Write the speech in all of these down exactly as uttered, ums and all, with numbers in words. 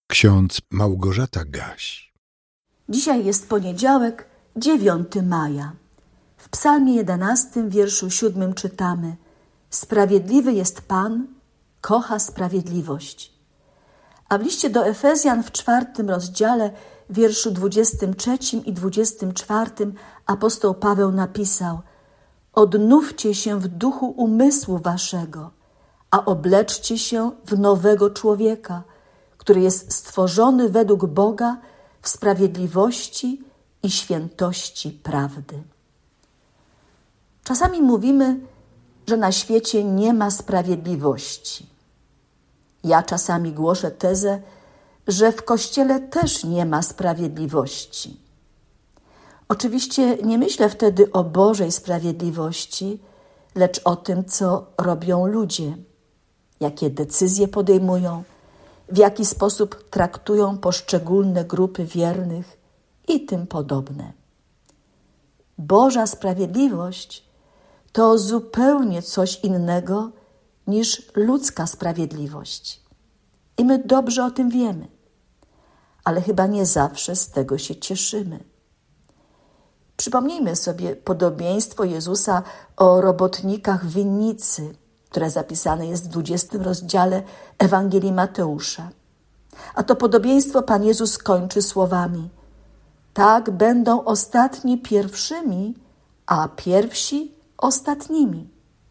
Ksiądz Małgorzata Gaś. Dzisiaj jest poniedziałek, dziewiątego maja. W psalmie jedenastym, wierszu siódmym czytamy: Sprawiedliwy jest Pan, kocha sprawiedliwość. A w liście do Efezjan w czwartym rozdziale, wierszu dwudziestym trzecim i dwudziestym czwartym apostoł Paweł napisał: Odnówcie się w duchu umysłu waszego, a obleczcie się w nowego człowieka, który jest stworzony według Boga w sprawiedliwości i świętości prawdy. Czasami mówimy, że na świecie nie ma sprawiedliwości. Ja czasami głoszę tezę, że w Kościele też nie ma sprawiedliwości. Oczywiście nie myślę wtedy o Bożej sprawiedliwości, lecz o tym, co robią ludzie, jakie decyzje podejmują, w jaki sposób traktują poszczególne grupy wiernych i tym podobne. Boża sprawiedliwość to zupełnie coś innego niż ludzka sprawiedliwość. I my dobrze o tym wiemy, ale chyba nie zawsze z tego się cieszymy. Przypomnijmy sobie podobieństwo Jezusa o robotnikach w winnicy, które zapisane jest w dwudziestym rozdziale Ewangelii Mateusza. A to podobieństwo Pan Jezus kończy słowami: tak będą ostatni pierwszymi, a pierwsi ostatnimi.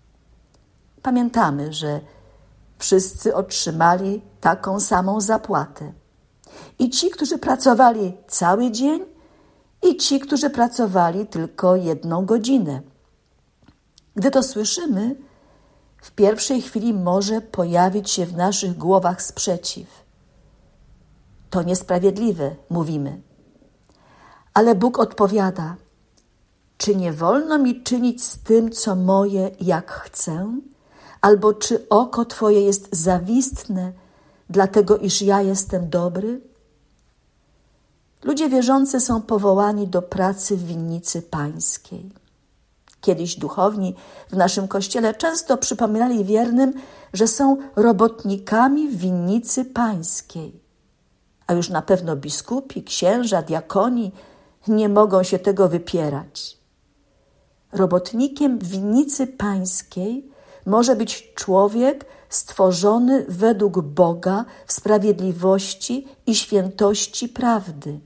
Pamiętamy, że wszyscy otrzymali taką samą zapłatę. I ci, którzy pracowali cały dzień, i ci, którzy pracowali tylko jedną godzinę. Gdy to słyszymy, w pierwszej chwili może pojawić się w naszych głowach sprzeciw. To niesprawiedliwe, mówimy. Ale Bóg odpowiada: czy nie wolno mi czynić z tym, co moje, jak chcę? Albo czy oko Twoje jest zawistne, dlatego iż ja jestem dobry? Ludzie wierzący są powołani do pracy w winnicy pańskiej. Kiedyś duchowni w naszym kościele często przypominali wiernym, że są robotnikami w winnicy pańskiej. A już na pewno biskupi, księża, diakoni nie mogą się tego wypierać. Robotnikiem w winnicy pańskiej może być człowiek stworzony według Boga w sprawiedliwości i świętości prawdy.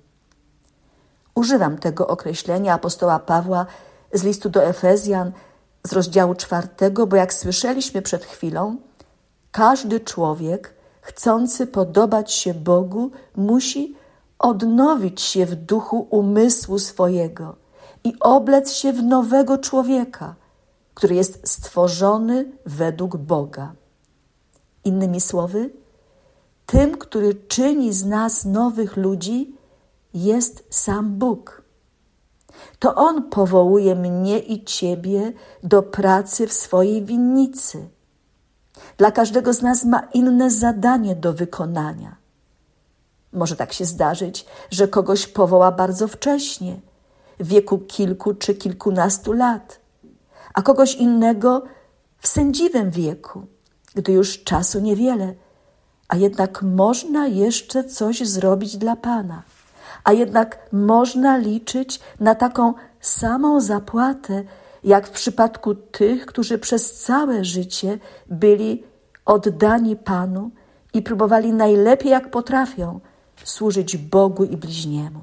Używam tego określenia apostoła Pawła z listu do Efezjan z rozdziału czwartego, bo jak słyszeliśmy przed chwilą, każdy człowiek chcący podobać się Bogu musi odnowić się w duchu umysłu swojego i oblec się w nowego człowieka, który jest stworzony według Boga. Innymi słowy, tym, który czyni z nas nowych ludzi, jest sam Bóg. To On powołuje mnie i Ciebie do pracy w swojej winnicy. Dla każdego z nas ma inne zadanie do wykonania. Może tak się zdarzyć, że kogoś powoła bardzo wcześnie, w wieku kilku czy kilkunastu lat, a kogoś innego w sędziwym wieku, gdy już czasu niewiele, a jednak można jeszcze coś zrobić dla Pana. A jednak można liczyć na taką samą zapłatę, jak w przypadku tych, którzy przez całe życie byli oddani Panu i próbowali najlepiej jak potrafią służyć Bogu i bliźniemu.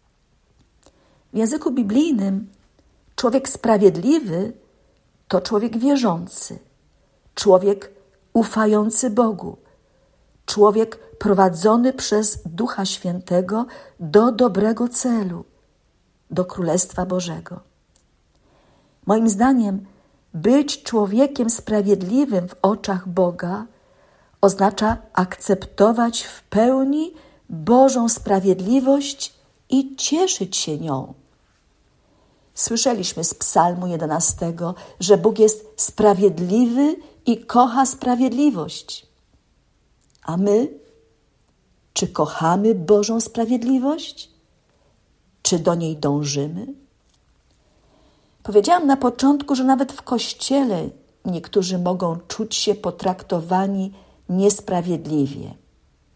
W języku biblijnym człowiek sprawiedliwy to człowiek wierzący, człowiek ufający Bogu, człowiek prowadzony przez Ducha Świętego do dobrego celu, do Królestwa Bożego. Moim zdaniem być człowiekiem sprawiedliwym w oczach Boga oznacza akceptować w pełni Bożą sprawiedliwość i cieszyć się nią. Słyszeliśmy z psalmu jedenastego, że Bóg jest sprawiedliwy i kocha sprawiedliwość. A my? Czy kochamy Bożą sprawiedliwość? Czy do niej dążymy? Powiedziałam na początku, że nawet w Kościele niektórzy mogą czuć się potraktowani niesprawiedliwie.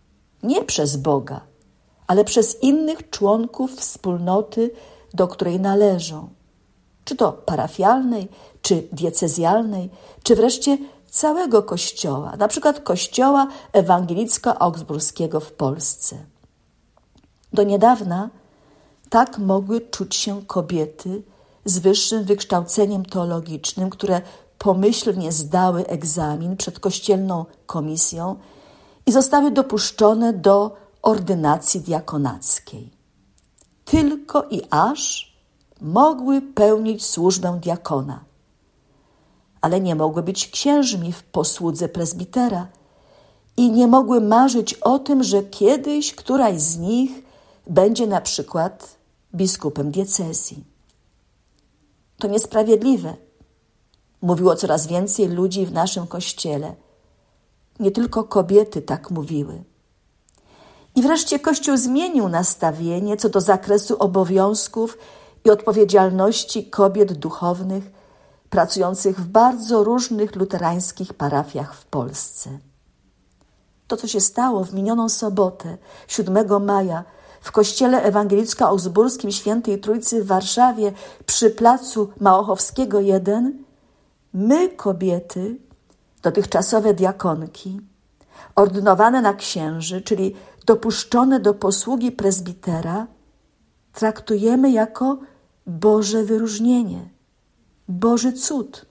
nie przez Boga, ale przez innych członków wspólnoty, do której należą, czy to parafialnej, czy diecezjalnej, czy wreszcie całego Kościoła, na przykład Kościoła Ewangelicko-Augsburskiego w Polsce. Do niedawna tak mogły czuć się kobiety z wyższym wykształceniem teologicznym, które pomyślnie zdały egzamin przed kościelną komisją i zostały dopuszczone do ordynacji diakonackiej. Tylko i aż mogły pełnić służbę diakona, ale nie mogły być księżmi w posłudze prezbitera i nie mogły marzyć o tym, że kiedyś któraś z nich będzie na przykład biskupem diecezji. To niesprawiedliwe, mówiło coraz więcej ludzi w naszym Kościele. Nie tylko kobiety tak mówiły. I wreszcie Kościół zmienił nastawienie co do zakresu obowiązków i odpowiedzialności kobiet duchownych pracujących w bardzo różnych luterańskich parafiach w Polsce. To, co się stało w minioną sobotę, siódmego maja, w kościele ewangelicko-augsburskim Świętej Trójcy w Warszawie przy placu Małochowskiego jeden, my, kobiety, dotychczasowe diakonki, ordynowane na księży, czyli dopuszczone do posługi prezbitera, traktujemy jako Boże wyróżnienie, Boży cud.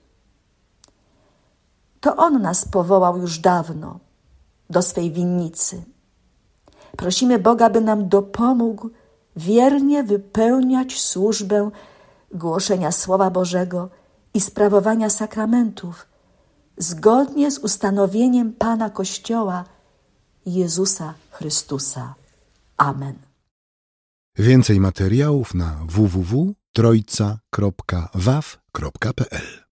To On nas powołał już dawno do swej winnicy. Prosimy Boga, by nam dopomógł wiernie wypełniać służbę głoszenia Słowa Bożego i sprawowania sakramentów zgodnie z ustanowieniem Pana Kościoła Jezusa Chrystusa. Amen. Więcej materiałów na w w w kropka trojca kropka w a w kropka p l